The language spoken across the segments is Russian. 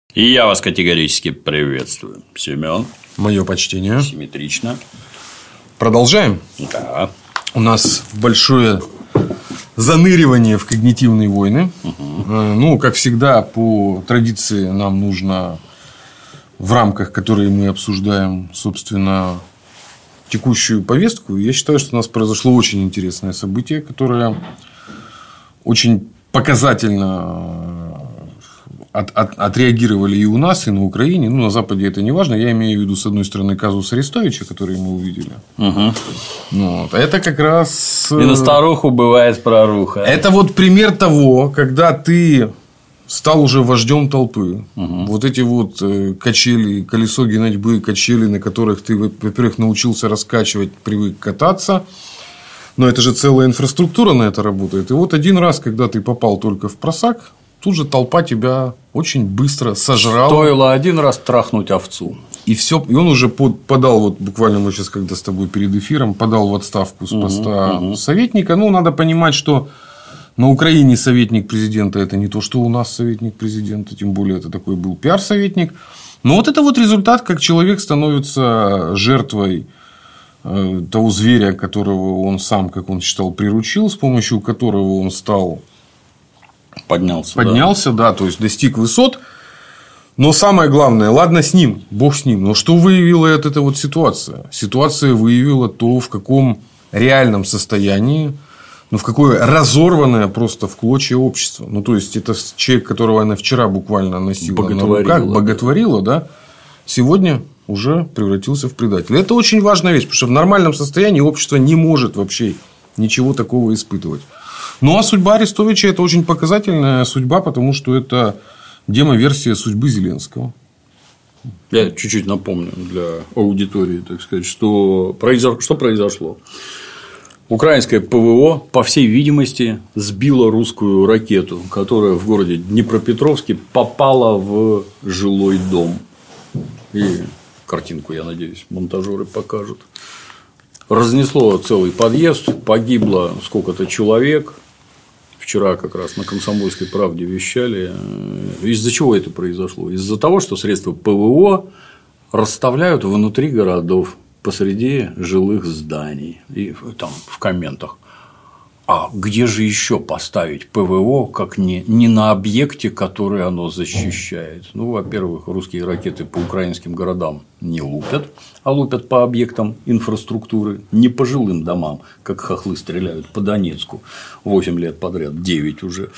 И я вас категорически приветствую. Семен. Мое почтение. Симметрично. Продолжаем? Да. У нас большое заныривание в когнитивные войны. Ну, как всегда, по традиции нам нужно в рамках, которые мы обсуждаем, собственно, текущую повестку. Я считаю, что у нас произошло очень интересное событие, которое очень показательно отреагировали и у нас, и на Украине. Ну, на Западе это не важно. Я имею в виду, с одной стороны, казус Арестовича, который мы увидели. Вот. Это как раз... И на старуху бывает проруха. Это вот пример того, когда ты стал уже вождем толпы. Вот эти вот качели, колесо генатьбы, качели, на которых ты, во-первых, научился раскачивать, привык кататься. Но это же целая инфраструктура на это работает. И вот один раз, когда ты попал только в просак, тут же толпа тебя очень быстро сожрала. Стоило один раз трахнуть овцу. И все. И он уже подал, вот буквально мы сейчас, когда с тобой перед эфиром, подал в отставку с поста советника. Ну, надо понимать, что на Украине советник президента это не то, что у нас советник президента, тем более это такой был пиар-советник. Но вот это вот результат, как человек становится жертвой того зверя, которого он сам, как он считал, приручил, с помощью которого он стал... Поднялся, да, то есть достиг высот. Но самое главное, ладно с ним, бог с ним. Но что выявила эта вот ситуация? Ситуация выявила то, в каком реальном состоянии, ну, в какое разорванное просто в клочья общество. Ну, то есть, это человек, которого она вчера буквально носила на руках, боготворила, да, сегодня уже превратился в предателя. Это очень важная вещь, потому что в нормальном состоянии общество не может вообще ничего такого испытывать. Ну, а судьба Арестовича – это очень показательная судьба, потому что это демо-версия судьбы Зеленского. Я чуть-чуть напомню для аудитории, так сказать, что произошло. Украинское ПВО, по всей видимости, сбило русскую ракету, которая в городе Днепропетровске попала в жилой дом. И картинку, я надеюсь, монтажеры покажут. Разнесло целый подъезд, погибло сколько-то человек. Вчера как раз на «Комсомольской правде» вещали. Из-за чего это произошло? Из-за того, что средства ПВО расставляют внутри городов, посреди жилых зданий. И там в комментах. А где же еще поставить ПВО, как не на объекте, который оно защищает? Ну, во-первых, русские ракеты по украинским городам не лупят, а лупят по объектам инфраструктуры, не по жилым домам, как хохлы стреляют по Донецку 8 лет подряд, 9 уже.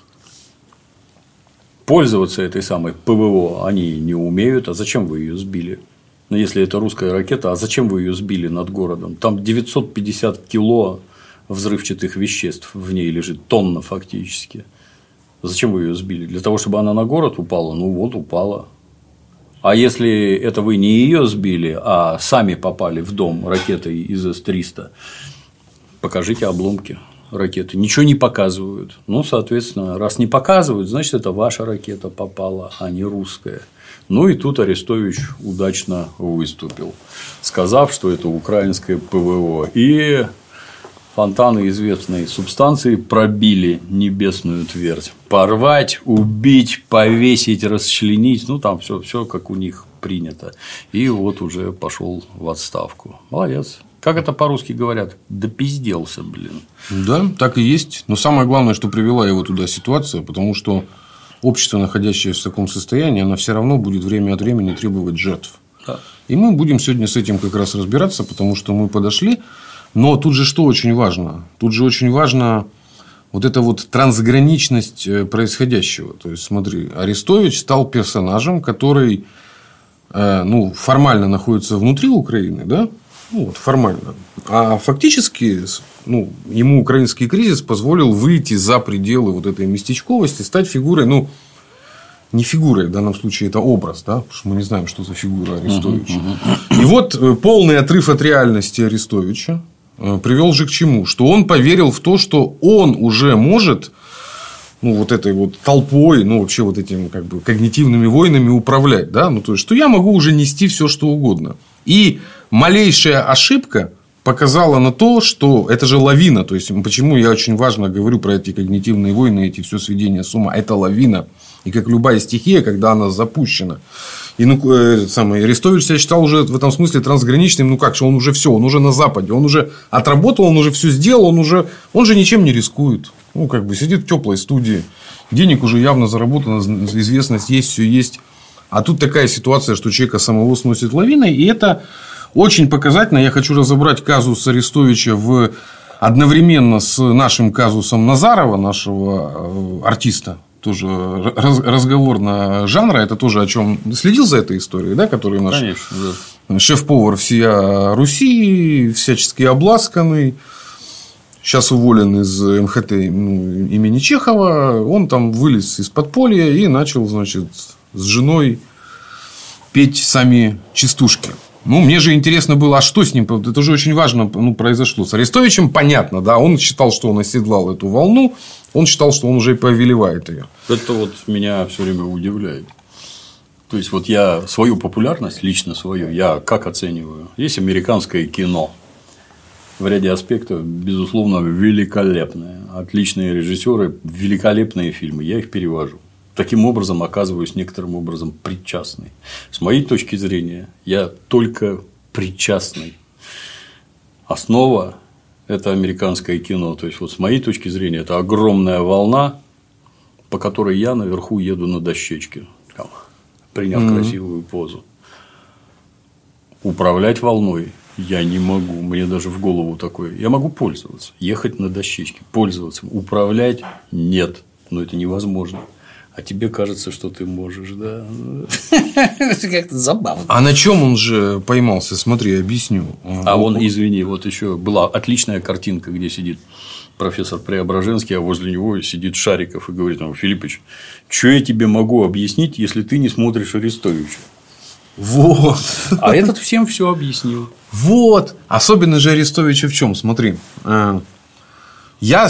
Пользоваться этой самой ПВО они не умеют. А зачем вы ее сбили? Ну, если это русская ракета, а зачем вы ее сбили над городом? Там 950 кило взрывчатых веществ в ней лежит, тонна фактически. Зачем вы ее сбили? Для того, чтобы она на город упала? Ну, вот упала. А если это вы не ее сбили, а сами попали в дом ракетой из С-300, покажите обломки ракеты. Ничего не показывают. Ну, соответственно, раз не показывают, значит, это ваша ракета попала, а не русская. Ну, и тут Арестович удачно выступил, сказав, что это украинское ПВО. И фонтаны известной субстанции пробили небесную твердь. Порвать, убить, повесить, расчленить. Ну, там все как у них принято. И вот уже пошел в отставку. Молодец. Как это по-русски говорят? Допизделся, блин. Да, так и есть. Но самое главное, что привела его туда ситуация, потому что общество, находящееся в таком состоянии, оно все равно будет время от времени требовать жертв. Да. И мы будем сегодня с этим как раз разбираться, потому что мы подошли. Но тут же что очень важно? Тут же очень важно вот эта вот трансграничность происходящего. То есть, смотри, Арестович стал персонажем, который формально находится внутри Украины, да? Ну, вот формально. А фактически ему украинский кризис позволил выйти за пределы вот этой местечковости, стать фигурой, не фигурой, в данном случае это образ, да, потому что мы не знаем, что за фигура Арестовича. И вот полный отрыв от реальности Арестовича привел же к чему? Что он поверил в то, что он уже может вот этой вот толпой, вообще вот этими как бы когнитивными войнами управлять, да, то есть, что я могу уже нести все, что угодно. И малейшая ошибка показало на то, что это же лавина. То есть, почему я очень важно говорю про эти когнитивные войны, эти все сведения с ума. Это лавина. И как любая стихия, когда она запущена. И Арестович себя считал уже в этом смысле трансграничным. Ну как же, он уже все, он уже на Западе, он уже отработал, он уже все сделал, он же ничем не рискует. Ну, как бы сидит в теплой студии, денег уже явно заработано, известность есть, все есть. А тут такая ситуация, что человека самого сносит лавиной, и это очень показательно. Я хочу разобрать казус Арестовича одновременно с нашим казусом Назарова, нашего артиста. Тоже разговорного жанра, это тоже о чем следил за этой историей, да, который наш Конечно, да. Шеф-повар всея Руси, всячески обласканный, сейчас уволен из МХТ имени Чехова, он там вылез из подполья и начал, значит, с женой петь сами частушки. Ну, мне же интересно было, а что с ним? Это же очень важно произошло. С Арестовичем понятно, да, он считал, что он оседлал эту волну, он считал, что он уже повелевает ее. Это вот меня все время удивляет. То есть, вот я свою популярность, лично свою, я как оцениваю? Есть американское кино. В ряде аспектов, безусловно, великолепное. Отличные режиссеры, великолепные фильмы. Я их перевожу. Таким образом, оказываюсь некоторым образом причастный. С моей точки зрения, я только причастный. Основа – это американское кино. То есть, вот с моей точки зрения, это огромная волна, по которой я наверху еду на дощечке, приняв красивую позу. Управлять волной я не могу. Мне даже в голову такое. Я могу пользоваться, ехать на дощечке, пользоваться. Управлять – нет. Но это невозможно. А тебе кажется, что ты можешь, да? Это как-то забавно. А на чем он же поймался? Смотри, объясню. Извини, вот еще была отличная картинка, где сидит профессор Преображенский, а возле него сидит Шариков и говорит: Филиппыч, что я тебе могу объяснить, если ты не смотришь Арестовича? Вот. А этот всем все объяснил. Вот. Особенно же Арестовича в чем? Смотри. Я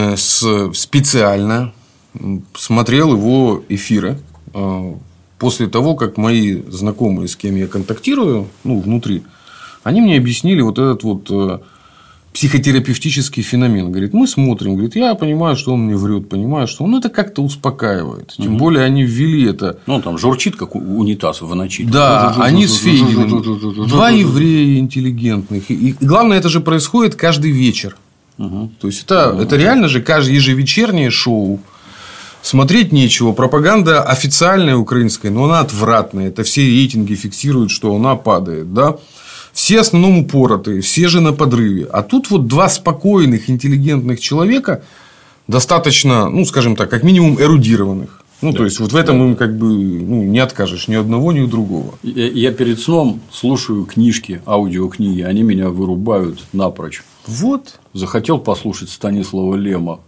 специально смотрел его эфиры после того, как мои знакомые, с кем я контактирую, внутри, они мне объяснили вот этот вот психотерапевтический феномен. Говорит, мы смотрим, говорит, я понимаю, что он мне врет, понимаю, что он это как-то успокаивает. Тем более они ввели это. Он там журчит, как унитаз в ночи. Да, они с Фейгиным. Два еврея интеллигентных. И главное, это же происходит каждый вечер. То есть это реально же каждое ежевечернее шоу. Смотреть нечего. Пропаганда официальная украинская, но она отвратная. Это все рейтинги фиксируют, что она падает. Да? Все в основном упоротые, все же на подрыве. А тут вот два спокойных, интеллигентных человека, достаточно, скажем так, как минимум эрудированных. То есть, вот в этом им как бы не откажешь ни одного, ни другого. Я перед сном слушаю книжки, аудиокниги, они меня вырубают напрочь. Вот. Захотел послушать Станислава Лема.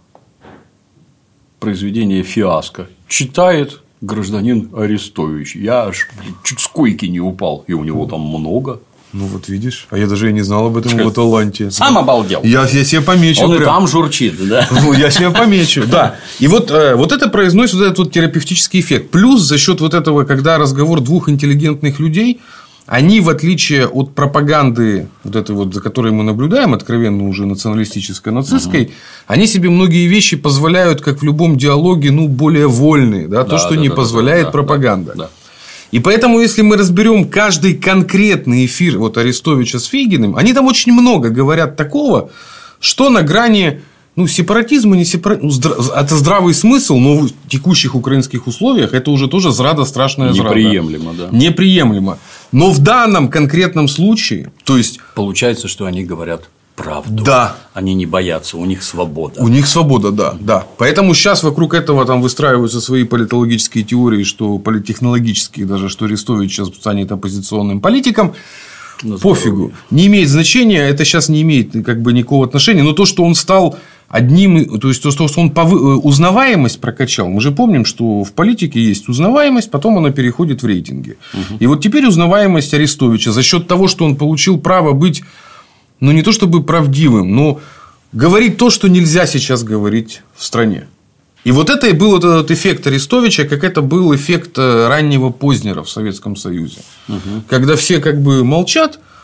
Произведение «Фиаско». Читает гражданин Арестович. Я аж чуть с койки не упал. И у него там много. Вот видишь. А я даже и не знал об этом его таланте. Сам обалдел. Я себе помечу. Он и там журчит, да? Я себе помечу, да. И вот это произносит вот этот вот терапевтический эффект. Плюс за счет вот этого, когда разговор двух интеллигентных людей, они, в отличие от пропаганды, вот этой вот, за которой мы наблюдаем, откровенно уже националистической, нацистской, они себе многие вещи позволяют, как в любом диалоге, более вольные. Да? То, что не позволяет пропаганда. Да. И поэтому, если мы разберем каждый конкретный эфир вот Арестовича с Фейгиным, они там очень много говорят такого, что на грани сепаратизма, не сепаратизма. Это здравый смысл, но в текущих украинских условиях это уже тоже зрада, страшная зрада. Неприемлемо, да. Неприемлемо. Но в данном конкретном случае, то есть получается, что они говорят правду. Да. Они не боятся, у них свобода. У них свобода, да. Поэтому сейчас вокруг этого там выстраиваются свои политологические теории, что политтехнологические даже, что Арестович сейчас станет оппозиционным политиком. Пофигу. Не имеет значения, это сейчас не имеет как бы никакого отношения. Но то, что он стал одним, то есть то, что он узнаваемость прокачал. Мы же помним, что в политике есть узнаваемость, потом она переходит в рейтинги. И вот теперь узнаваемость Арестовича за счет того, что он получил право быть, не то чтобы правдивым, но говорить то, что нельзя сейчас говорить в стране. И вот это и был этот эффект Арестовича, как это был эффект раннего Познера в Советском Союзе. Когда все как бы молчат,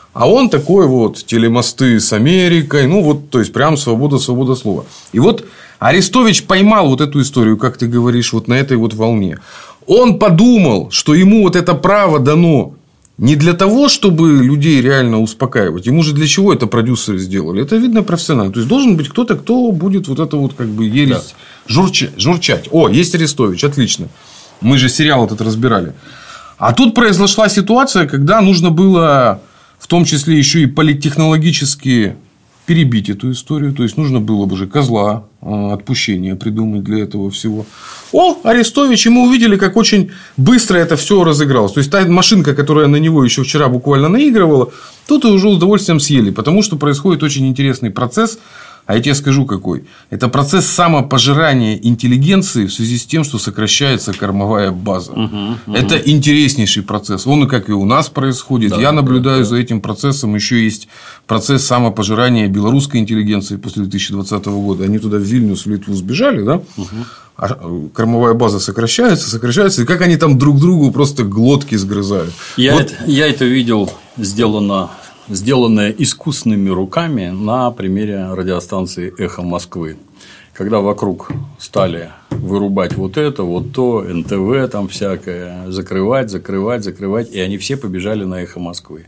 А он такой вот, телемосты с Америкой, ну, вот, то есть, прям свобода слова. И вот Арестович поймал вот эту историю, как ты говоришь, вот на этой вот волне. Он подумал, что ему вот это право дано не для того, чтобы людей реально успокаивать. Ему же для чего это продюсеры сделали? Это видно профессионально. То есть, должен быть кто-то, кто будет вот это вот как бы ересь журчать. О, есть Арестович, отлично. Мы же сериал этот разбирали. А тут произошла ситуация, когда нужно было, в том числе, еще и политтехнологически перебить эту историю. То есть, нужно было бы же козла отпущения придумать для этого всего. О, Арестович, и мы увидели, как очень быстро это все разыгралось. То есть, та машинка, которая на него еще вчера буквально наигрывала, тут и уже с удовольствием съели. Потому что происходит очень интересный процесс. А я тебе скажу, какой. Это процесс самопожирания интеллигенции в связи с тем, что сокращается кормовая база. Это интереснейший процесс. Он, как и у нас, происходит. Я наблюдаю за этим процессом. Еще есть процесс самопожирания белорусской интеллигенции после 2020 года. Они туда в Вильнюс, в Литву сбежали, да? А кормовая база сокращается. И как они там друг другу просто глотки сгрызают. Я это видел, сделанное искусственными руками на примере радиостанции «Эхо Москвы». Когда вокруг стали вырубать вот это, вот то, НТВ там всякое, закрывать, и они все побежали на «Эхо Москвы».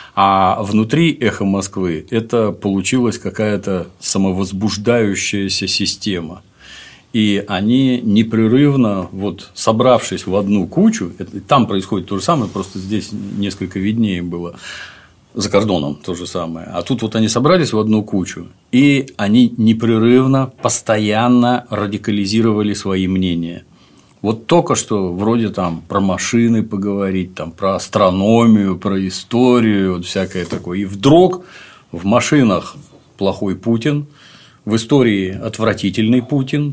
А внутри «Эхо Москвы» это получилась какая-то самовозбуждающаяся система. И они непрерывно, вот, собравшись в одну кучу, там происходит то же самое, просто здесь несколько виднее было. За кордоном то же самое. А тут вот они собрались в одну кучу, и они непрерывно, постоянно радикализировали свои мнения. Вот только что вроде там про машины поговорить, там про астрономию, про историю, вот всякое такое. И вдруг в машинах плохой Путин, в истории отвратительный Путин,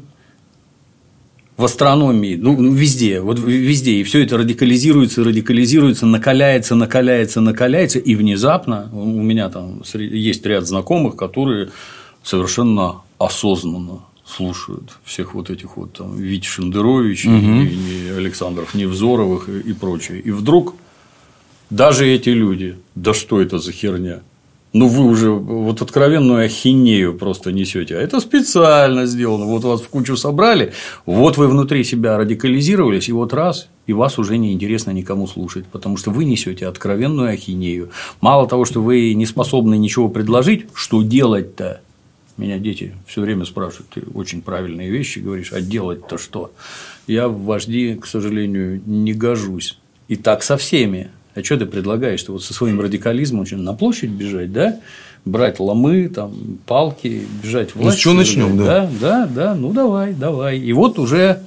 в астрономии, ну везде, вот везде, и все это радикализируется, накаляется, и внезапно у меня там есть ряд знакомых, которые совершенно осознанно слушают всех вот этих вот там Вить Шендерович, и Александров Невзоровых и прочее. И вдруг даже эти люди, да что это за херня? Ну, вы уже вот откровенную ахинею просто несете. А это специально сделано. Вот вас в кучу собрали, вот вы внутри себя радикализировались, и вот раз, и вас уже не интересно никому слушать, потому что вы несете откровенную ахинею. Мало того, что вы не способны ничего предложить, что делать-то? Меня дети все время спрашивают, ты очень правильные вещи говоришь, а делать-то что? Я в вожди, к сожалению, не гожусь. И так со всеми. А что ты предлагаешь? Ты вот со своим радикализмом на площадь бежать, да? Брать ломы, там, палки, бежать в власть. Ну, с чего начнем, да? Да, ну давай. И вот уже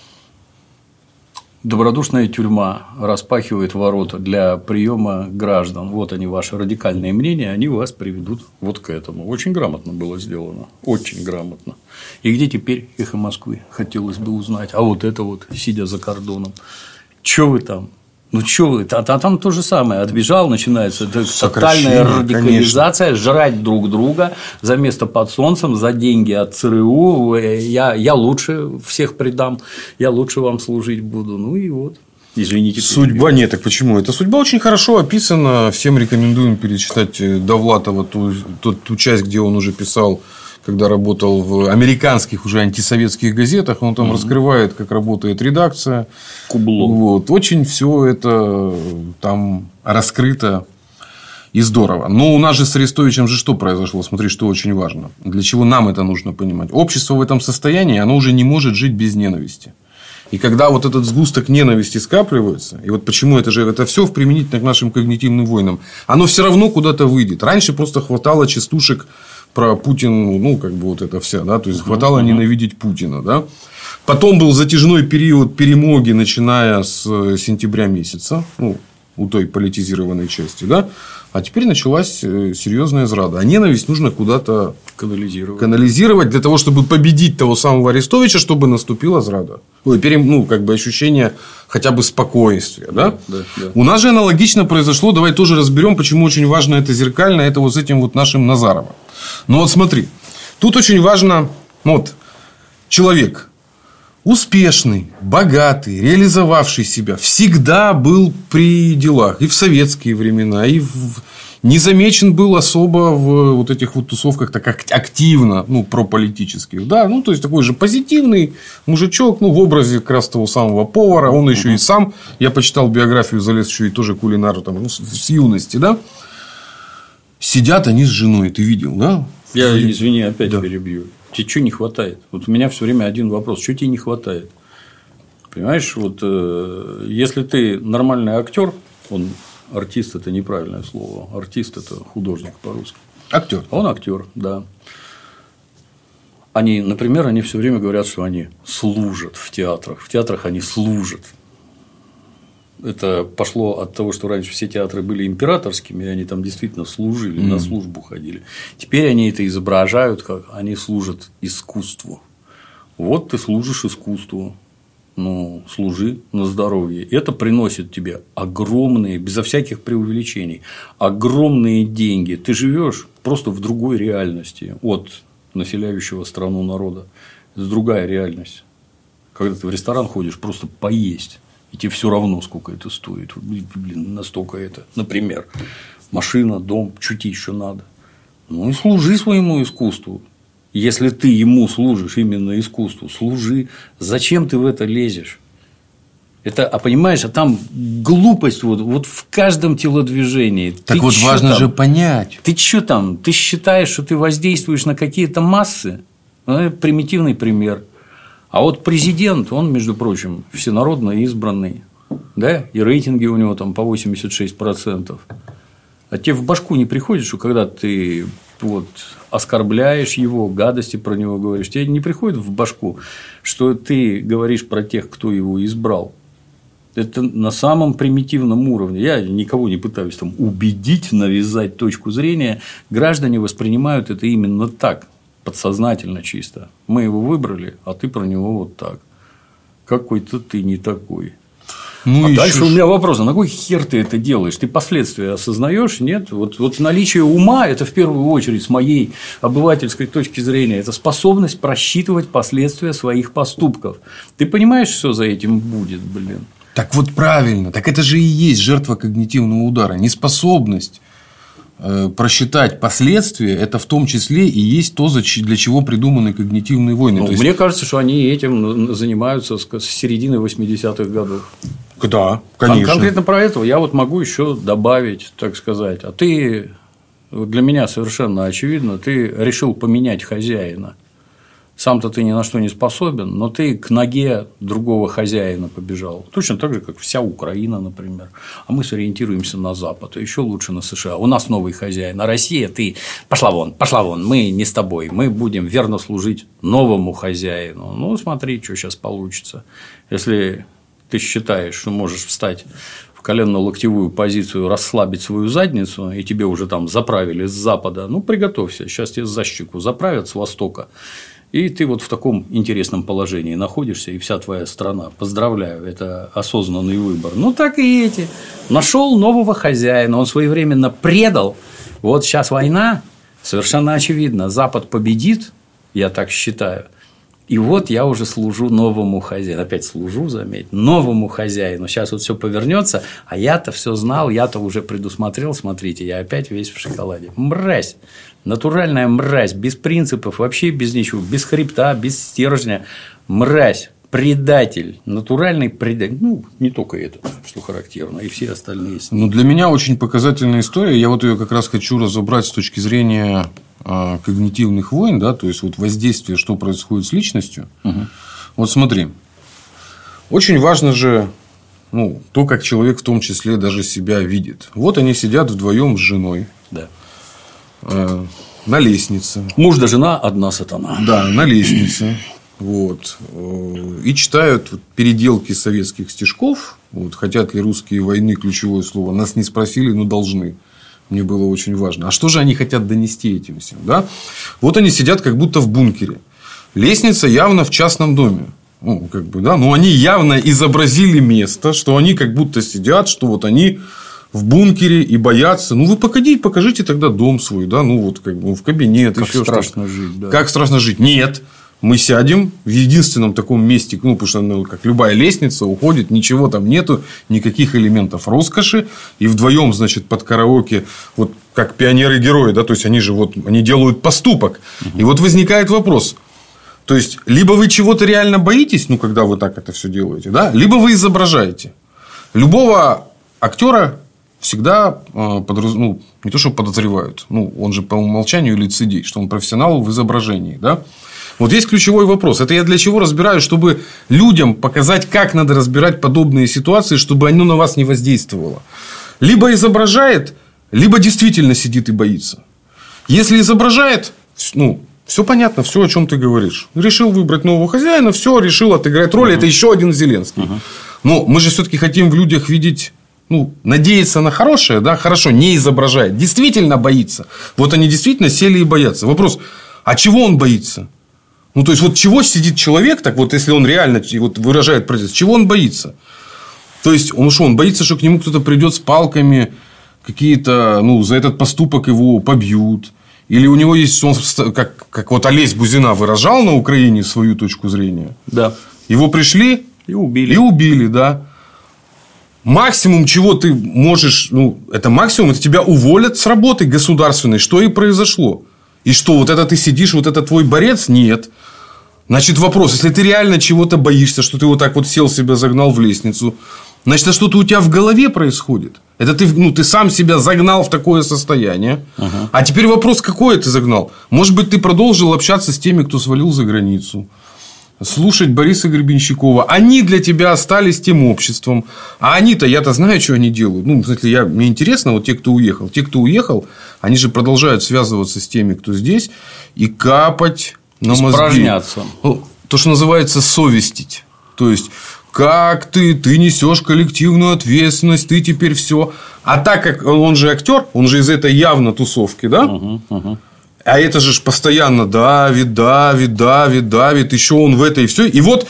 добродушная тюрьма распахивает ворота для приема граждан. Вот они, ваши радикальные мнения, они вас приведут вот к этому. Очень грамотно было сделано. Очень грамотно. И где теперь «Эхо Москвы»? Хотелось бы узнать. А вот это вот, сидя за кордоном. Чё вы там? Ну, что вы, а там то же самое. Отбежал, начинается тотальная радикализация, конечно. Жрать друг друга за место под солнцем, за деньги от ЦРУ. Я лучше всех предам, я лучше вам служить буду. Ну и вот. Извините. Судьба нет, так почему? Эта судьба очень хорошо описана. Всем рекомендуем перечитать Довлатова, ту часть, где он уже писал, когда работал в американских уже антисоветских газетах, он там раскрывает, как работает редакция. Кубло. Вот. Очень все это там раскрыто и здорово. Но у нас же с Арестовичем же что произошло? Смотри, что очень важно. Для чего нам это нужно понимать? Общество в этом состоянии, оно уже не может жить без ненависти. И когда вот этот сгусток ненависти скапливается, и вот почему это все применительно к нашим когнитивным войнам, оно все равно куда-то выйдет. Раньше просто хватало частушек про Путина, ну, как бы вот это вся, да, то есть хватало ненавидеть Путина, да. Потом был затяжной период перемоги, начиная с сентября месяца, ну, у той политизированной части, да. А теперь началась серьезная зрада. А ненависть нужно куда-то канализировать для того, чтобы победить того самого Арестовича, чтобы наступила зрада. Ну, как бы ощущение хотя бы спокойствия. Да? Да. У нас же аналогично произошло. Давай тоже разберем, почему очень важно это зеркально. Это вот с этим вот нашим Назаровым. Ну, вот смотри. Тут очень важно, вот, человек успешный, богатый, реализовавший себя, всегда был при делах. И в советские времена, и Не замечен был особо в вот этих вот тусовках так активно, ну, прополитических. Да? Ну, то есть, такой же позитивный мужичок, ну, в образе как раз того самого повара. Он еще и сам, я почитал биографию, залез еще и тоже кулинар там, ну, с юности, да. Сидят они с женой, ты видел, да? Я, извини, опять перебью. Тебе что не хватает? Вот у меня все время один вопрос. Что тебе не хватает? Понимаешь, вот если ты нормальный актер, артист – это неправильное слово. Артист – это художник по-русски. Актер. Он актер, да. Они, например, они все время говорят, что они служат в театрах. В театрах они служат. Это пошло от того, что раньше все театры были императорскими, и они там действительно служили, на службу ходили. Теперь они это изображают, как они служат искусству. Вот ты служишь искусству. Ну, служи на здоровье. Это приносит тебе огромные, безо всяких преувеличений, огромные деньги. Ты живешь просто в другой реальности от населяющего страну народа. Это другая реальность. Когда ты в ресторан ходишь, просто поесть. И тебе все равно, сколько это стоит. Блин, настолько это. Например, машина, дом, что тебе еще надо. Ну и служи своему искусству. Если ты ему служишь, именно искусству, служи. Зачем ты в это лезешь? Это, понимаешь, там глупость вот в каждом телодвижении. Так вот важно там, же понять. Ты что там? Ты считаешь, что ты воздействуешь на какие-то массы? Ну, это примитивный пример. А вот президент, он, между прочим, всенародно избранный. Да? И рейтинги у него там по 86%. А тебе в башку не приходит, что когда ты вот оскорбляешь его, гадости про него говоришь, тебе не приходит в башку, что ты говоришь про тех, кто его избрал. Это на самом примитивном уровне. Я никого не пытаюсь там убедить, навязать точку зрения. Граждане воспринимают это именно так, подсознательно чисто. Мы его выбрали, а ты про него вот так. Какой-то ты не такой. Ну, а дальше у меня вопрос: а на кой хер ты это делаешь? Ты последствия осознаешь? Нет? Вот наличие ума – это в первую очередь, с моей обывательской точки зрения, это способность просчитывать последствия своих поступков. Ты понимаешь, что за этим будет, блин? Так вот правильно. Так это же и есть жертва когнитивного удара. Неспособность просчитать последствия – это в том числе и есть то, для чего придуманы когнитивные войны. Ну, мне кажется, что они этим занимаются с середины 80-х годов. Да, конечно. Конкретно про это я вот могу еще добавить, так сказать. А ты, для меня совершенно очевидно, ты решил поменять хозяина. Сам-то ты ни на что не способен, но ты к ноге другого хозяина побежал. Точно так же, как вся Украина, например. А мы сориентируемся на Запад, а еще лучше на США. У нас новый хозяин. А Россия, ты пошла вон, мы не с тобой. Мы будем верно служить новому хозяину. Ну, смотри, что сейчас получится. Если ты считаешь, что можешь встать в коленно-локтевую позицию, расслабить свою задницу, и тебе уже там заправили с запада, ну, приготовься. Сейчас тебе за щеку заправят с востока. И ты вот в таком интересном положении находишься, и вся твоя страна. Поздравляю, это осознанный выбор. Ну, так и эти. Нашел нового хозяина, он своевременно предал. Вот сейчас война, совершенно очевидно, Запад победит, я так считаю. И вот я уже служу новому хозяину. Опять служу, заметь, новому хозяину. Сейчас вот все повернется, а я-то все знал, я-то уже предусмотрел. Смотрите, я опять весь в шоколаде. Мразь. Натуральная мразь, без принципов, вообще без ничего, без хребта, без стержня. Мразь, предатель, натуральный предатель. Ну, не только это, что характерно, и все остальные. Ну, для меня очень показательная история. Я вот ее как раз хочу разобрать с точки зрения когнитивных войн, да, то есть вот воздействие, что происходит с личностью. Угу. Вот смотри, очень важно же, ну, то, как человек в том числе даже себя видит. Вот они сидят вдвоем с женой. Да. На лестнице. Муж да жена одна сатана. Да, на лестнице. Вот. И читают переделки советских стишков. Вот. Хотят ли русские войны, ключевое слово. Нас не спросили, но должны. Мне было очень важно. А что же они хотят донести этим всем? Да? Вот они сидят как будто в бункере. Лестница явно в частном доме. Ну, как бы, да? Но они явно изобразили место, что они как будто сидят, что вот они в бункере и боятся. Ну, вы покажите тогда дом свой, да, ну, вот как бы в кабинет. Как страшно жить, да. Как страшно жить. Нет. мы сядем в единственном таком месте, ну, потому что, как любая лестница, уходит, ничего там нету, никаких элементов роскоши. И вдвоем, значит, под караоке, вот как пионеры-герои, да, то есть они же вот, они делают поступок. И вот возникает вопрос. То есть, либо вы чего-то реально боитесь, ну, когда вы так это все делаете, да, либо вы изображаете. Любого актера всегда не то, что подозревают, он же по умолчанию лицедей, что он профессионал в изображении, да. Вот есть ключевой вопрос. Это я для чего разбираю? Чтобы людям показать, как надо разбирать подобные ситуации, чтобы оно на вас не воздействовало. Либо изображает, либо действительно сидит и боится. Если изображает, все понятно, все, о чем ты говоришь. Решил выбрать нового хозяина, все, решил отыграть роль. Это еще один Зеленский. Но мы же все-таки хотим в людях видеть, надеяться на хорошее, да, хорошо, не изображает, действительно боится. Вот они действительно сели и боятся. Вопрос, а чего он боится? То есть, вот чего сидит человек, так вот, если он реально выражает протест, чего он боится? То есть, он боится, что к нему кто-то придет с палками, какие-то, за этот поступок его побьют. Или у него есть, как вот Олесь Бузина выражал на Украине свою точку зрения. Да. Его пришли и убили. И убили, да. Максимум, чего ты можешь, это максимум, это тебя уволят с работы государственной, что и произошло. И что, вот это ты сидишь, вот это твой борец? Нет. Значит, вопрос, если ты реально чего-то боишься, что ты вот так вот сел, себя загнал в лестницу, значит, а что-то у тебя в голове происходит. Это ты сам себя загнал в такое состояние. А теперь вопрос, какое ты загнал? Может быть, ты продолжил общаться с теми, кто свалил за границу. Слушать Бориса Гребенщикова. Они для тебя остались тем обществом. А они-то, я-то знаю, что они делают. Мне интересно, вот те, кто уехал. Те, кто уехал, они же продолжают связываться с теми, кто здесь. И капать на мозги. Испражняться. То, что называется совестить. То есть, как ты несешь коллективную ответственность, ты теперь все. А так как он же актер, он же из этой явно тусовки, да? А это же постоянно давит. Еще он в этой и все. И вот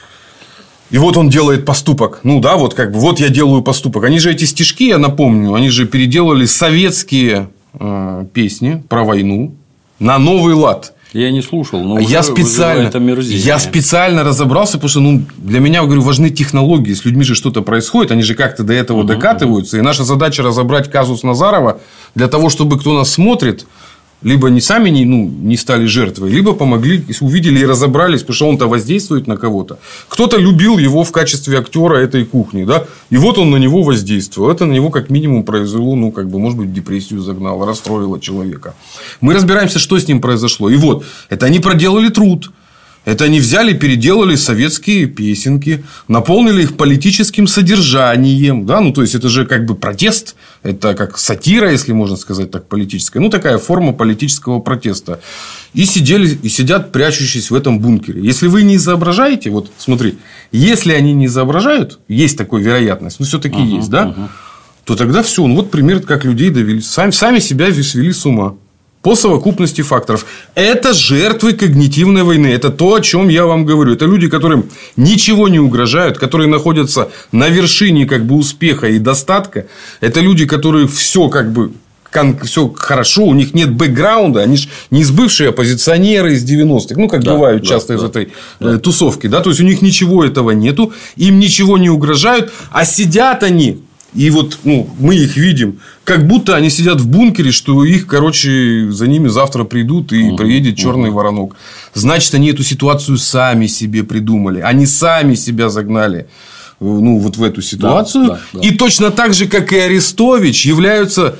он делает поступок. Вот я делаю поступок. Они же эти стишки, я напомню, они же переделали советские песни про войну на новый лад. Я не слушал, но я специально разобрался, потому что для меня, говорю, важны технологии. С людьми же что-то происходит, они же как-то до этого докатываются. И наша задача разобрать казус Назарова для того, чтобы кто нас смотрит, либо не сами не стали жертвой, либо помогли, увидели и разобрались, потому что он-то воздействует на кого-то. Кто-то любил его в качестве актера этой кухни, да, и вот он на него воздействовал. Это на него как минимум произвело, может быть, в депрессию загнало, расстроило человека. Мы разбираемся, что с ним произошло. И вот, это они проделали труд. Это они взяли, переделали советские песенки, наполнили их политическим содержанием. Да? То есть, это же как бы протест. Это как сатира, если можно сказать так, политическая. Такая форма политического протеста. И сидят, прячущись в этом бункере. Если вы не изображаете, вот смотри, если они не изображают, есть такая вероятность, все-таки есть, да? То тогда все. Вот пример, как людей довели. Сами себя свели с ума. По совокупности факторов. Это жертвы когнитивной войны. Это то, о чем я вам говорю. Это люди, которым ничего не угрожают, которые находятся на вершине успеха и достатка. Это люди, которые все все хорошо, у них нет бэкграунда, они же не бывшие оппозиционеры из 90-х, бывают часто из этой тусовки. Да? То есть, у них ничего этого нету, им ничего не угрожают, а сидят они. И вот мы их видим, как будто они сидят в бункере, что их, за ними завтра придут и приедет черный воронок. Значит, они эту ситуацию сами себе придумали. Они сами себя загнали вот в эту ситуацию. Да. И точно так же, как и Арестович, являются...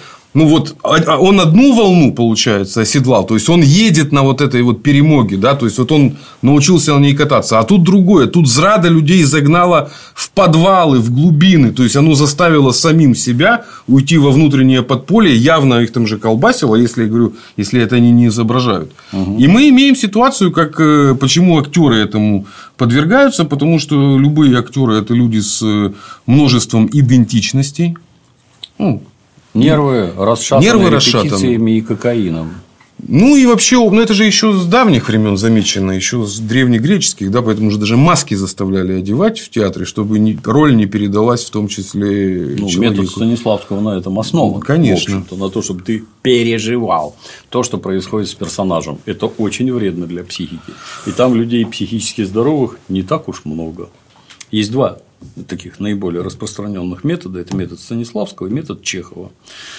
он одну волну, получается, оседлал. То есть, он едет на вот этой вот перемоге. Да? То есть, вот он научился на ней кататься. А тут другое. Тут зрада людей загнала в подвалы, в глубины. То есть, оно заставило самим себя уйти во внутреннее подполье. Явно их там же колбасило, если это они не изображают. И мы имеем ситуацию, почему актеры этому подвергаются. Потому что любые актеры – это люди с множеством идентичностей. Нервы расшатаны репетициями и кокаином. Ну, и вообще, ну, это же еще с давних времен замечено, еще с древнегреческих, да, поэтому же даже маски заставляли одевать в театре, чтобы роль не передалась в том числе человеку. Метод Станиславского на этом основан. Конечно. В общем-то, на то, чтобы ты переживал то, что происходит с персонажем. Это очень вредно для психики. И там людей психически здоровых не так уж много. Есть два таких наиболее распространенных метода. Это метод Станиславского и метод Чехова.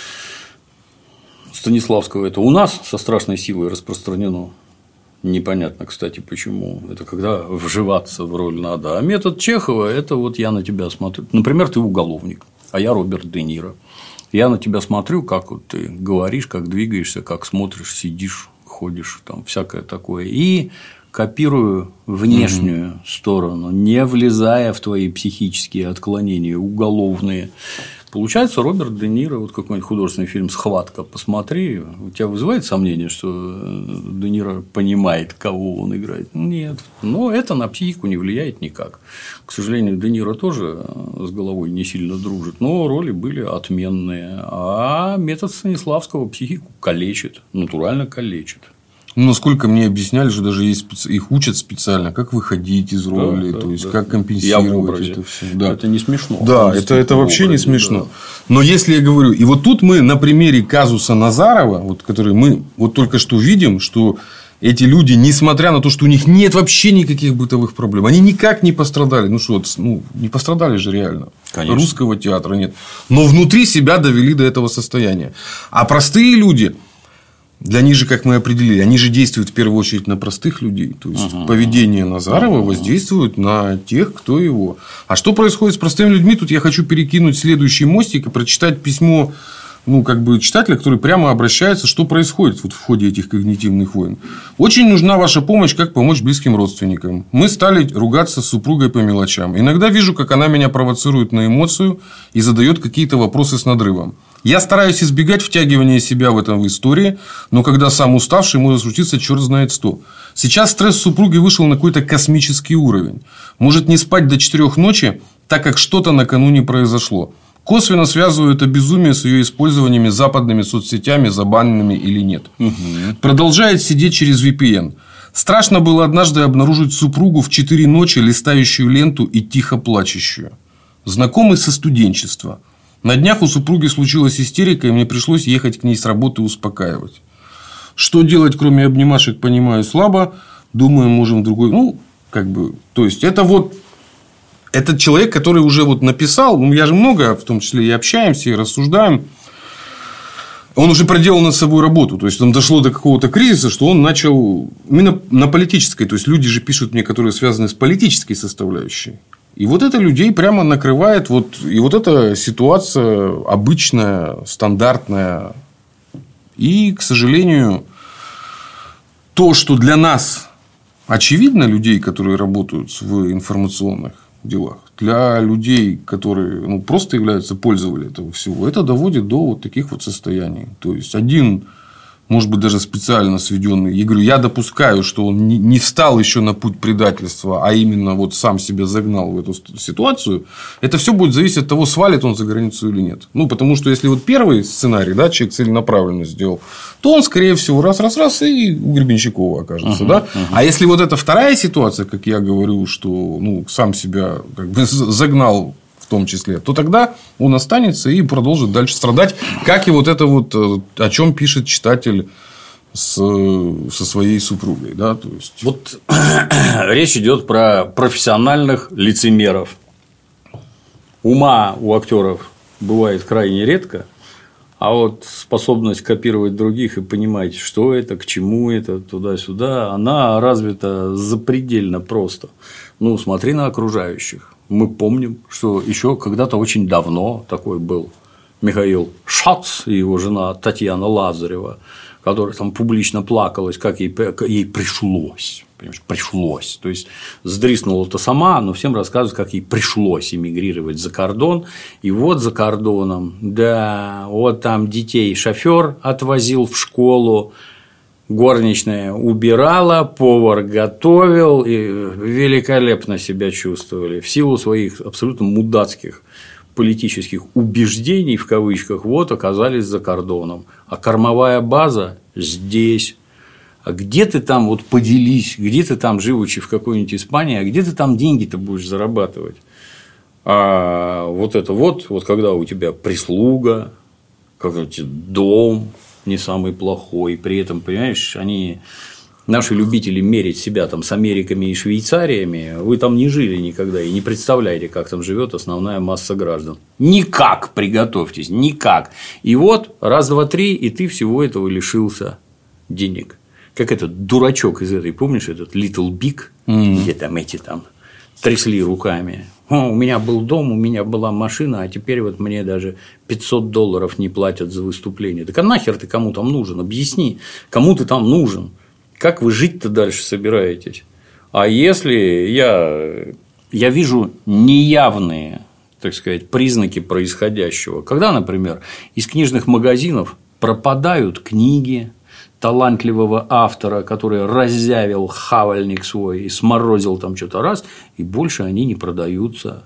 Станиславского это у нас со страшной силой распространено. Непонятно, кстати, почему. Это когда вживаться в роль надо. А метод Чехова – это вот я на тебя смотрю. Например, ты уголовник, а я Роберт Де Ниро. Я на тебя смотрю, как вот ты говоришь, как двигаешься, как смотришь, сидишь, ходишь, там всякое такое. И копирую внешнюю сторону, не влезая в твои психические отклонения уголовные. Получается, Роберт Де Ниро, вот какой-нибудь художественный фильм «Схватка», посмотри, у тебя вызывает сомнение, что Де Ниро понимает, кого он играет? Нет, но это на психику не влияет никак. К сожалению, Де Ниро тоже с головой не сильно дружит, но роли были отменные, а метод Станиславского психику калечит, натурально калечит. Ну, насколько мне объясняли, что даже есть их учат специально, как выходить из роли, то есть как компенсировать это все. Да. Это не смешно. Да, это вообще не смешно. Да. Но если я говорю, и вот тут мы на примере казуса Назарова, вот, который мы вот только что видим, что эти люди, несмотря на то, что у них нет вообще никаких бытовых проблем, они никак не пострадали. Ну что, не пострадали же реально. Конечно. Русского театра нет. Но внутри себя довели до этого состояния. А простые люди. Для них же, как мы определили, они же действуют в первую очередь на простых людей. То есть, поведение Назарова воздействует на тех, кто его. А что происходит с простыми людьми? Тут я хочу перекинуть следующий мостик и прочитать письмо читателя, который прямо обращается, что происходит вот в ходе этих когнитивных войн. Очень нужна ваша помощь, как помочь близким родственникам. Мы стали ругаться с супругой по мелочам. Иногда вижу, как она меня провоцирует на эмоцию и задает какие-то вопросы с надрывом. Я стараюсь избегать втягивания себя в этом в истории, но когда сам уставший, может случиться черт знает что. Сейчас стресс супруги вышел на какой-то космический уровень. Может не спать до 4 ночи, так как что-то накануне произошло. Косвенно связываю это безумие с ее использованиями западными соцсетями, забаненными или нет. Продолжает сидеть через VPN. Страшно было однажды обнаружить супругу в 4 ночи, листающую ленту и тихо плачущую. Знакомый со студенчества. На днях у супруги случилась истерика, и мне пришлось ехать к ней с работы успокаивать. Что делать, кроме обнимашек, понимаю слабо. Думаю, можем другой. То есть, это вот этот человек, который уже вот написал. Я же много, в том числе и общаемся, и рассуждаем. Он уже проделал над собой работу. То есть, он дошло до какого-то кризиса, что он начал именно на политической. То есть, люди же пишут мне, которые связаны с политической составляющей. И вот это людей прямо накрывает. И вот эта ситуация обычная, стандартная. И, к сожалению, то, что для нас очевидно, людей, которые работают в информационных делах, для людей, которые просто являются пользователями этого всего, это доводит до вот таких вот состояний. То есть, один, может быть, даже специально сведенный. Я говорю, я допускаю, что он не встал еще на путь предательства, а именно вот сам себя загнал в эту ситуацию. Это все будет зависеть от того, свалит он за границу или нет. Потому что если вот первый сценарий, да, человек целенаправленно сделал, то он, скорее всего, раз и у Гребенщикова окажется. Да? А если вот эта вторая ситуация, как я говорю, что сам себя загнал, в том числе, то тогда он останется и продолжит дальше страдать, как и вот это вот, о чем пишет читатель со своей супругой. Да? То есть... Вот речь идет про профессиональных лицемеров. Ума у актеров бывает крайне редко, а вот способность копировать других и понимать, что это, к чему это, туда-сюда, она развита запредельно просто. Смотри на окружающих. Мы помним, что еще когда-то очень давно такой был Михаил Шац и его жена Татьяна Лазарева, которая там публично плакалась, как ей пришлось. Понимаешь, пришлось. То есть, сдриснула-то сама, но всем рассказывают, как ей пришлось эмигрировать за кордон. И вот за кордоном, да, вот там детей шофер отвозил в школу, горничная убирала, повар готовил, и великолепно себя чувствовали. В силу своих абсолютно мудацких политических убеждений, в кавычках, оказались за кордоном. А кормовая база здесь. А где ты там, вот поделись, где ты там, живучи в какой-нибудь Испании, а где ты там деньги-то будешь зарабатывать? А вот это вот когда у тебя прислуга, какой-то дом не самый плохой, при этом, понимаешь, наши любители мерить себя там с Америками и Швейцариями, вы там не жили никогда и не представляете, как там живет основная масса граждан. Никак, приготовьтесь, никак. И вот раз, два, три, и ты всего этого лишился денег. Как этот дурачок из этой, помнишь, этот Little Big, где там эти там трясли руками. У меня был дом, у меня была машина, а теперь вот мне даже $500 не платят за выступление. Так а нахер ты кому там нужен? Объясни, кому ты там нужен? Как вы жить-то дальше собираетесь? А если я вижу неявные, так сказать, признаки происходящего, когда, например, из книжных магазинов пропадают книги талантливого автора, который раззявил хавальник свой и сморозил там что-то раз, и больше они не продаются.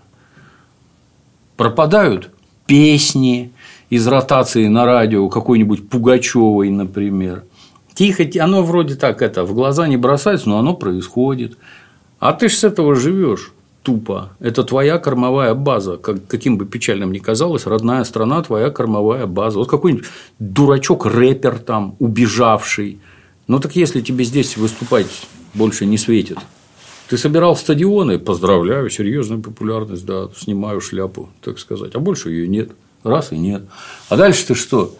Пропадают песни из ротации на радио какой-нибудь Пугачевой, например. Тихо, оно вроде так в глаза не бросается, но оно происходит. А ты ж с этого живешь тупо. Это твоя кормовая база. Каким бы печальным ни казалось, родная страна – твоя кормовая база. Вот какой-нибудь дурачок-рэпер там, убежавший. Ну, так если тебе здесь выступать больше не светит. Ты собирал стадионы, поздравляю, серьезная популярность, да, снимаю шляпу, так сказать. А больше ее нет. Раз и нет. А дальше ты что?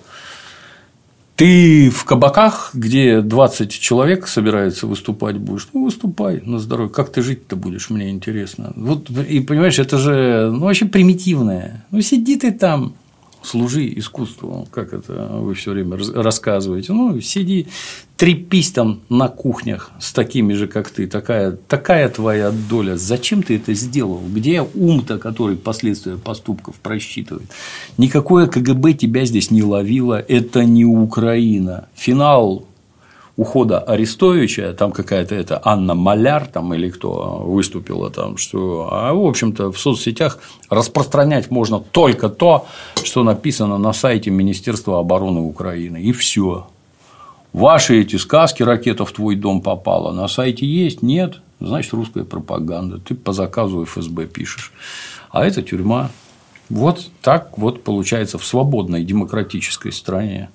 Ты в кабаках, где 20 человек собирается выступать будешь, ну, выступай на здоровье. Как ты жить-то будешь, мне интересно. Вот, и понимаешь, это же вообще примитивное. Ну, сиди ты там, служи искусству, как это вы все время рассказываете. Ну, сиди, трепись там на кухнях с такими же, как ты. Такая твоя доля. Зачем ты это сделал? Где ум-то, который последствия поступков просчитывает? Никакое КГБ тебя здесь не ловило. Это не Украина. Финал ухода Арестовича, там какая-то Анна Маляр там, или кто выступила там, что, в общем-то, в соцсетях распространять можно только то, что написано на сайте Министерства обороны Украины, и все. Ваши эти сказки «Ракета в твой дом попала» на сайте есть? Нет? Значит, русская пропаганда. Ты по заказу ФСБ пишешь. А это тюрьма. Вот так вот получается в свободной демократической стране.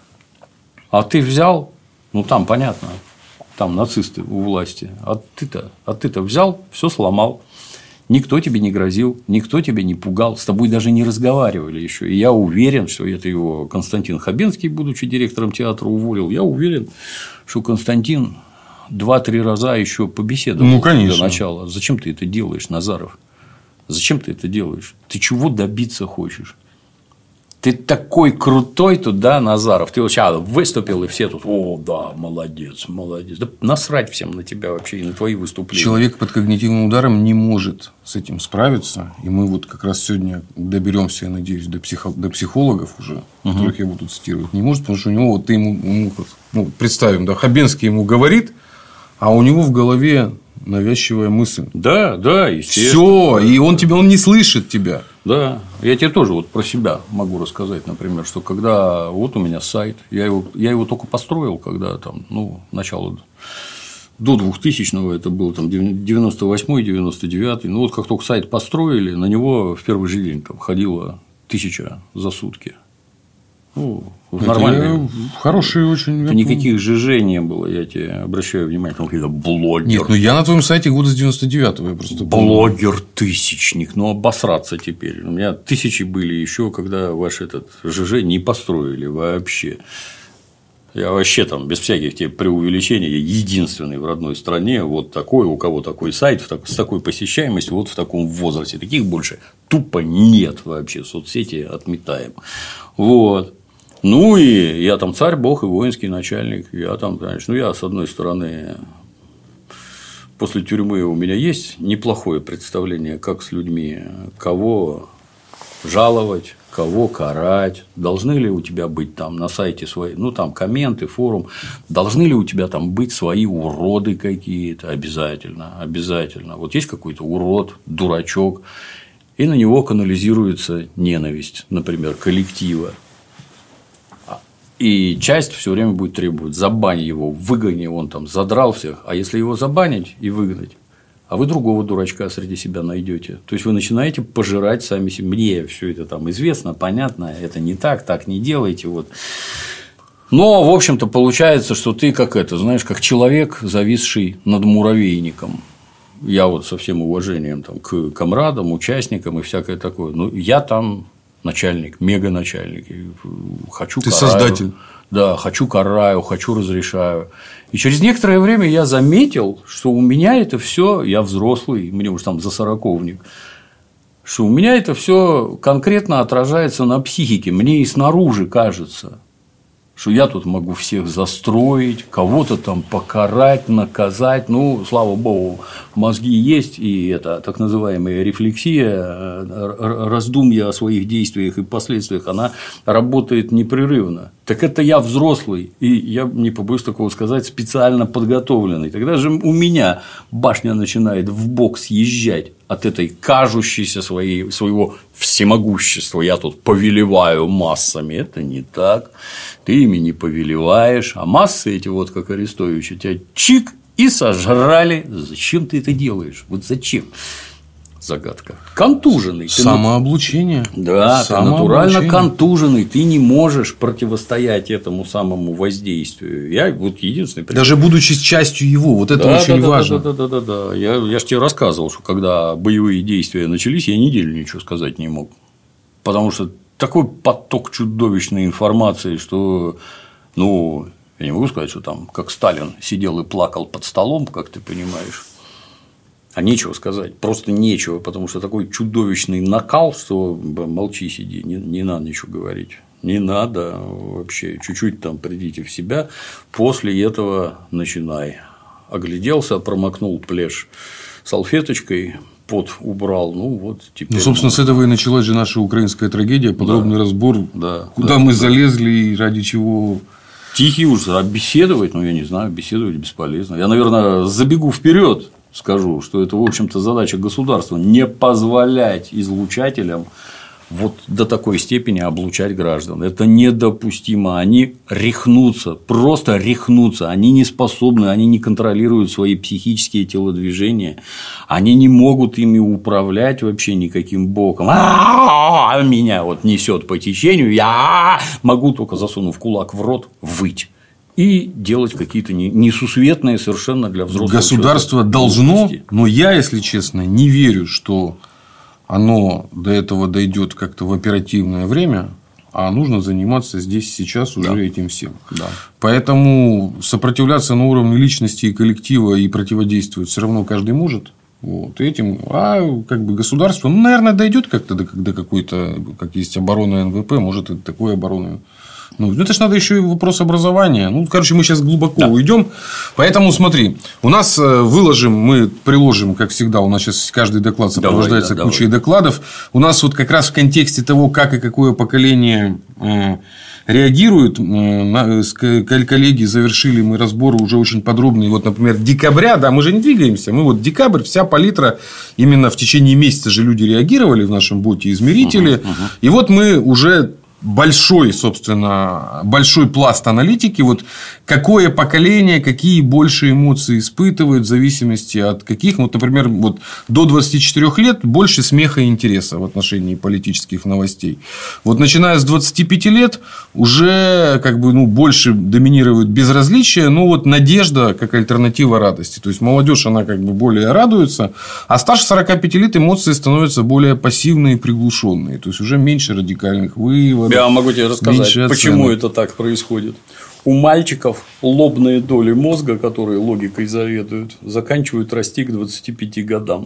А ты взял. Ну, там понятно, там нацисты у власти. А ты-то взял, все сломал. Никто тебе не грозил, никто тебя не пугал, с тобой даже не разговаривали еще. И я уверен, что это его Константин Хабенский, будучи директором театра, уволил. Я уверен, что Константин 2-3 раза еще побеседовал до начала. Зачем ты это делаешь, Назаров? Зачем ты это делаешь? Ты чего добиться хочешь? Ты такой крутой тут, да, Назаров? Ты вот сейчас выступил, и все тут, о, да, молодец, молодец. Да насрать всем на тебя вообще и на твои выступления. Человек под когнитивным ударом не может с этим справиться. И мы вот как раз сегодня доберемся, я надеюсь, до психологов уже, которых я буду цитировать. Не может, потому что у него, вот ты ему представим, да, Хабенский ему говорит, а у него в голове навязчивая мысль. Да, естественно. Все, и он не слышит тебя. Да, я тебе тоже вот про себя могу рассказать, например, что когда вот у меня сайт, я его только построил, когда там, начало до 2000-го, это был там 98-й, 99-й, ну вот как только сайт построили, на него в первый же день там ходило 1000 за сутки. Нормально. Хороший очень. Никаких ЖЖ не было, я тебе обращаю внимание, там какой-то блогер. Нет, я на твоем сайте года с 99-го. Я просто блогер-тысячник, обосраться теперь. У меня 1000 были еще, когда ваш этот ЖЖ не построили вообще. Я вообще там без всяких тебе преувеличений, я единственный в родной стране, вот такой, у кого такой сайт, с такой посещаемостью, вот в таком возрасте. Таких больше тупо нет вообще, соцсети отметаем. Вот. Ну, и я там царь, бог и воинский начальник. Я там, знаешь, я с одной стороны, после тюрьмы у меня есть неплохое представление, как с людьми, кого жаловать, кого карать, должны ли у тебя быть там на сайте свои, там комменты, форум, должны ли у тебя там быть свои уроды какие-то, обязательно. Вот есть какой-то урод, дурачок, и на него канализируется ненависть, например, коллектива. И часть все время будет требовать: забань его, выгони, он там задрал всех. А если его забанить и выгнать, а вы другого дурачка среди себя найдете. То есть вы начинаете пожирать сами себя. Мне все это там известно, понятно, это не так не делайте. Вот. Но, в общем-то, получается, что ты как знаешь, как человек, зависший над муравейником. Я вот со всем уважением там, к комрадам, участникам и всякое такое. Ну, я там начальник, мега-начальник. Хочу ты караю. Создатель. Да, хочу караю, хочу разрешаю. И через некоторое время я заметил, что у меня это все, я взрослый, мне уж там за сороковник, что у меня это все конкретно отражается на психике. Мне и снаружи кажется, что я тут могу всех застроить, кого-то там покарать, наказать. Ну, слава богу, мозги есть, и это так называемая рефлексия, раздумья о своих действиях и последствиях, она работает непрерывно. Так это я взрослый, и я, не побоюсь такого сказать, специально подготовленный. Тогда же у меня башня начинает в бок съезжать от этой кажущейся своего всемогущества. Я тут повелеваю массами. Это не так. Ты ими не повелеваешь. А массы эти, вот как Арестович, у тебя чик и сожрали. Зачем ты это делаешь? Вот зачем? Загадка. Контуженный. Самооблучение. Да, ты натурально контуженный, ты не можешь противостоять этому самому воздействию. Я вот единственный пример. Даже будучи частью его, вот это очень важно. Да. Я же тебе рассказывал, что когда боевые действия начались, я неделю ничего сказать не мог. Потому что такой поток чудовищной информации, что, ну, я не могу сказать, что там, как Сталин сидел и плакал под столом, как ты понимаешь. А нечего сказать, просто нечего, потому что такой чудовищный накал, что молчи, сиди, не надо ничего говорить. Не надо вообще, чуть-чуть там придите в себя, после этого начинай. Огляделся, промокнул плешь салфеточкой, пот убрал, ну вот теперь. Ну, собственно, с этого и началась же наша украинская трагедия, подробный разбор, куда мы залезли и ради чего. Тихий ужас, а беседовать, ну я не знаю, беседовать бесполезно. Я, наверное, забегу вперед. Скажу, что это, в общем-то, задача государства – не позволять излучателям вот до такой степени облучать граждан. Это недопустимо. Они рехнутся, просто рехнутся. Они не способны, они не контролируют свои психические телодвижения. Они не могут ими управлять вообще никаким боком. Меня вот несет по течению, я могу только, засунув кулак в рот, выть. И делать какие-то несусветные совершенно для взрослых. Государство должно, но я, если честно, не верю, что оно до этого дойдет как-то в оперативное время, а нужно заниматься здесь сейчас уже этим всем. Да. Поэтому сопротивляться на уровне личности и коллектива и противодействовать все равно каждый может. Вот этим, как бы государство, ну, наверное, дойдет как-то до какой-то, как есть оборона НВП, может, и такой обороны. Ну, это же надо еще и вопрос образования. Ну, короче, мы сейчас глубоко уйдем. Поэтому смотри, у нас мы приложим, как всегда, у нас сейчас каждый доклад сопровождается кучей докладов. У нас вот как раз в контексте того, как и какое поколение реагирует, коллеги завершили мы разбор уже очень подробный. Вот, например, декабря, да, мы же не двигаемся. Мы вот декабрь, вся палитра, именно в течение месяца же люди реагировали в нашем боте, измерители. И вот мы уже большой пласт аналитики, вот какое поколение, какие больше эмоции испытывает в зависимости от каких. Вот, например, вот до 24 лет больше смеха и интереса в отношении политических новостей. Вот начиная с 25 лет уже как бы, больше доминирует безразличие, но вот надежда как альтернатива радости. То есть молодежь, она как бы более радуется, а старше 45 лет эмоции становятся более пассивные и приглушенные. То есть уже меньше радикальных выводов. Я могу тебе рассказать, почему это так происходит. У мальчиков лобные доли мозга, которые логикой заведуют, заканчивают расти к 25 годам.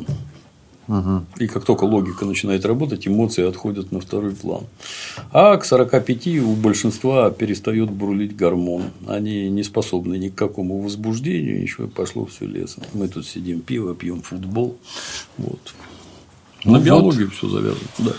И как только логика начинает работать, эмоции отходят на второй план. А к 45 у большинства перестает бурлить гормон. Они не способны ни к какому возбуждению, еще пошло все лесом. Мы тут сидим, пиво пьем, футбол. Вот. На биологию все завязано. Да.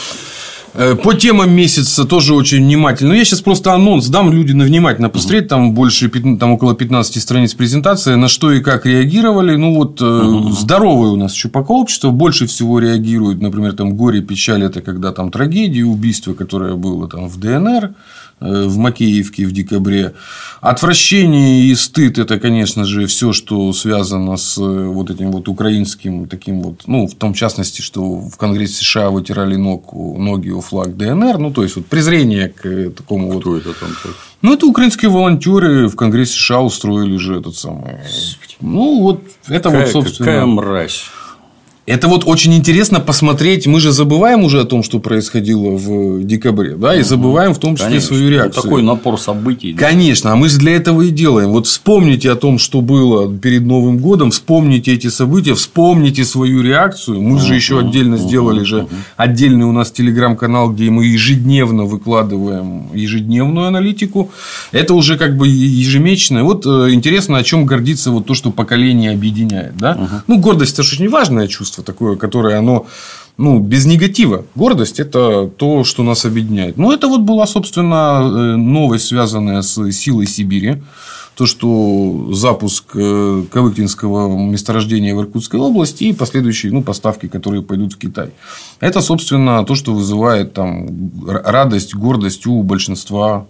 По темам месяца тоже очень внимательно. Я сейчас просто анонс дам, люди внимательно посмотреть. Там около 15 страниц презентации, на что и как реагировали. Здоровое у нас еще пока общество. Больше всего реагирует, например, там горе, печаль, это когда там трагедия, убийство, которое было там в ДНР. в Макеевке в декабре. Отвращение и стыд – это, конечно же, все, что связано с вот этим вот украинским таким вот, ну, в том частности, что в Конгрессе США вытирали ноги о флаг ДНР, ну, то есть, вот презрение к такому Кто вот. это там так? Ну, это украинские волонтеры в Конгрессе США устроили же этот самый. Ну, вот это вот, собственно. Какая мразь. Это вот очень интересно посмотреть. Мы же забываем уже о том, что происходило в декабре, да, и забываем в том числе, конечно, свою реакцию. Вот такой напор событий. Да? Конечно, а мы же для этого и делаем. Вот вспомните о том, что было перед Новым годом, вспомните эти события, вспомните свою реакцию. Мы же еще отдельно сделали же отдельный у нас телеграм-канал, где мы ежедневно выкладываем ежедневную аналитику. Это уже как бы ежемесячное. Вот интересно, о чем гордится вот то, что поколение объединяет, да? Ну, гордость – это же очень важное чувство такое, которое оно, ну, без негатива. Гордость – это то, что нас объединяет. Ну, это вот была, собственно, новость, связанная с силой Сибири. То, что запуск Кавыктинского месторождения в Иркутской области и последующие, ну, поставки, которые пойдут в Китай. Это, собственно, то, что вызывает там радость, гордость у большинства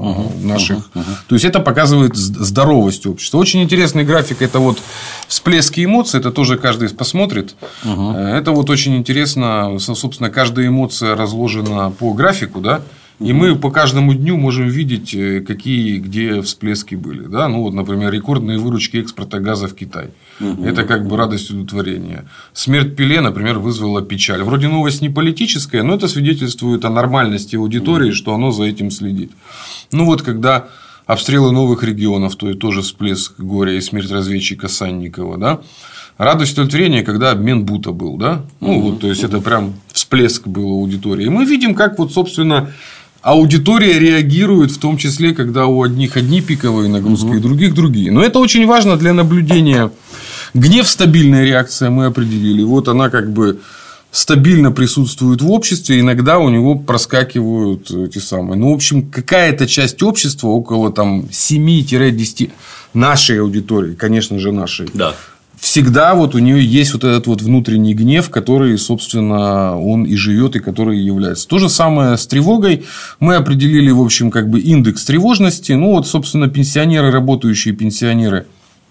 наших. То есть, это показывает здоровость общества. Очень интересный график – это вот всплески эмоций. Это тоже каждый посмотрит. Это вот очень интересно. Собственно, каждая эмоция разложена по графику, да. И мы по каждому дню можем видеть, какие где всплески были. Да? Ну, вот, например, рекордные выручки экспорта газа в Китай. Это как бы радость удовлетворения. Смерть Пеле, например, вызвала печаль. Вроде новость не политическая, но это свидетельствует о нормальности аудитории, что оно за этим следит. Ну, вот когда обстрелы новых регионов, то и тоже всплеск горя и смерть разведчика Санникова. Да? Радость удовлетворения, когда обмен бута был. Да? Ну, вот, то есть, это прям всплеск был аудитории. И мы видим, как вот, собственно, аудитория реагирует, в том числе, когда у одних одни пиковые нагрузки, у других другие. Но это очень важно для наблюдения. Гнев – стабильная реакция, мы определили. Вот она как бы стабильно присутствует в обществе. Иногда у него проскакивают эти самые. Ну, в общем, какая-то часть общества, около там 7-10 нашей аудитории, конечно же, нашей. Да. Всегда вот у нее есть вот этот вот внутренний гнев, который, собственно, он и живет, и который является. То же самое с тревогой. Мы определили, в общем, как бы индекс тревожности. Ну, вот, собственно, пенсионеры, работающие пенсионеры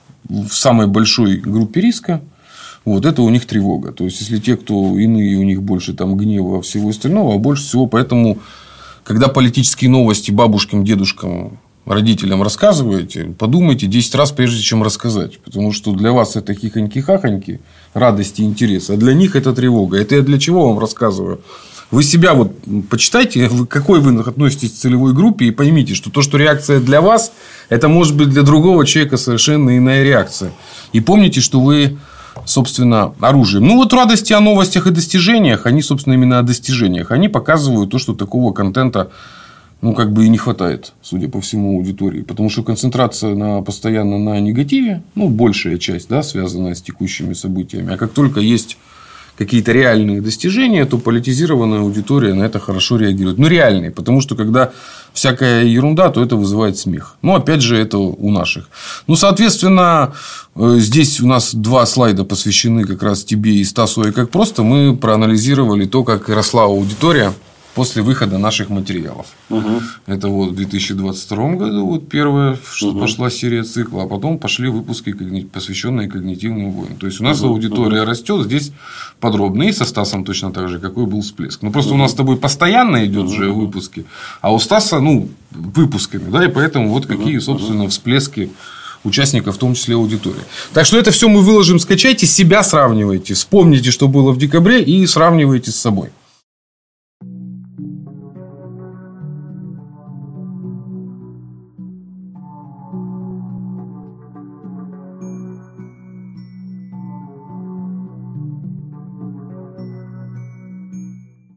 в самой большой группе риска. Вот это у них тревога. То есть, если те, кто иные, у них больше там гнева, всего остального, а больше всего. Поэтому, когда политические новости бабушкам, дедушкам, родителям рассказываете, подумайте 10 раз, прежде чем рассказать. Потому что для вас это хихоньки-хахоньки, радость и интерес, а для них это тревога. Это я для чего вам рассказываю? Вы себя вот почитайте, к какой вы относитесь к целевой группе, и поймите, что то, что реакция для вас, это может быть для другого человека совершенно иная реакция. И помните, что вы, собственно, оружием. Ну, вот радости о новостях и достижениях, они, собственно, именно о достижениях. Они показывают то, что такого контента, ну, как бы и не хватает, судя по всему, аудитории. Потому что концентрация постоянно на негативе, ну, большая часть, да, связанная с текущими событиями. А как только есть какие-то реальные достижения, то политизированная аудитория на это хорошо реагирует. Ну, реальные. Потому что, когда всякая ерунда, то это вызывает смех. Ну, опять же, это у наших. Ну, соответственно, здесь у нас 2 слайда посвящены как раз тебе и Стасу. И как просто мы проанализировали то, как росла аудитория после выхода наших материалов. Это вот в 2022 году вот первая пошла серия цикла, а потом пошли выпуски, посвященные когнитивным войнам. То есть, у нас аудитория растет, здесь подробно. И со Стасом точно так же, какой был всплеск. Ну, просто у нас с тобой постоянно идет уже выпуски, а у Стаса, ну, выпусками. Да, и поэтому вот какие, собственно, всплески участников, в том числе аудитории. Так что это все мы выложим, скачайте, себя сравнивайте, вспомните, что было в декабре, и сравнивайте с собой.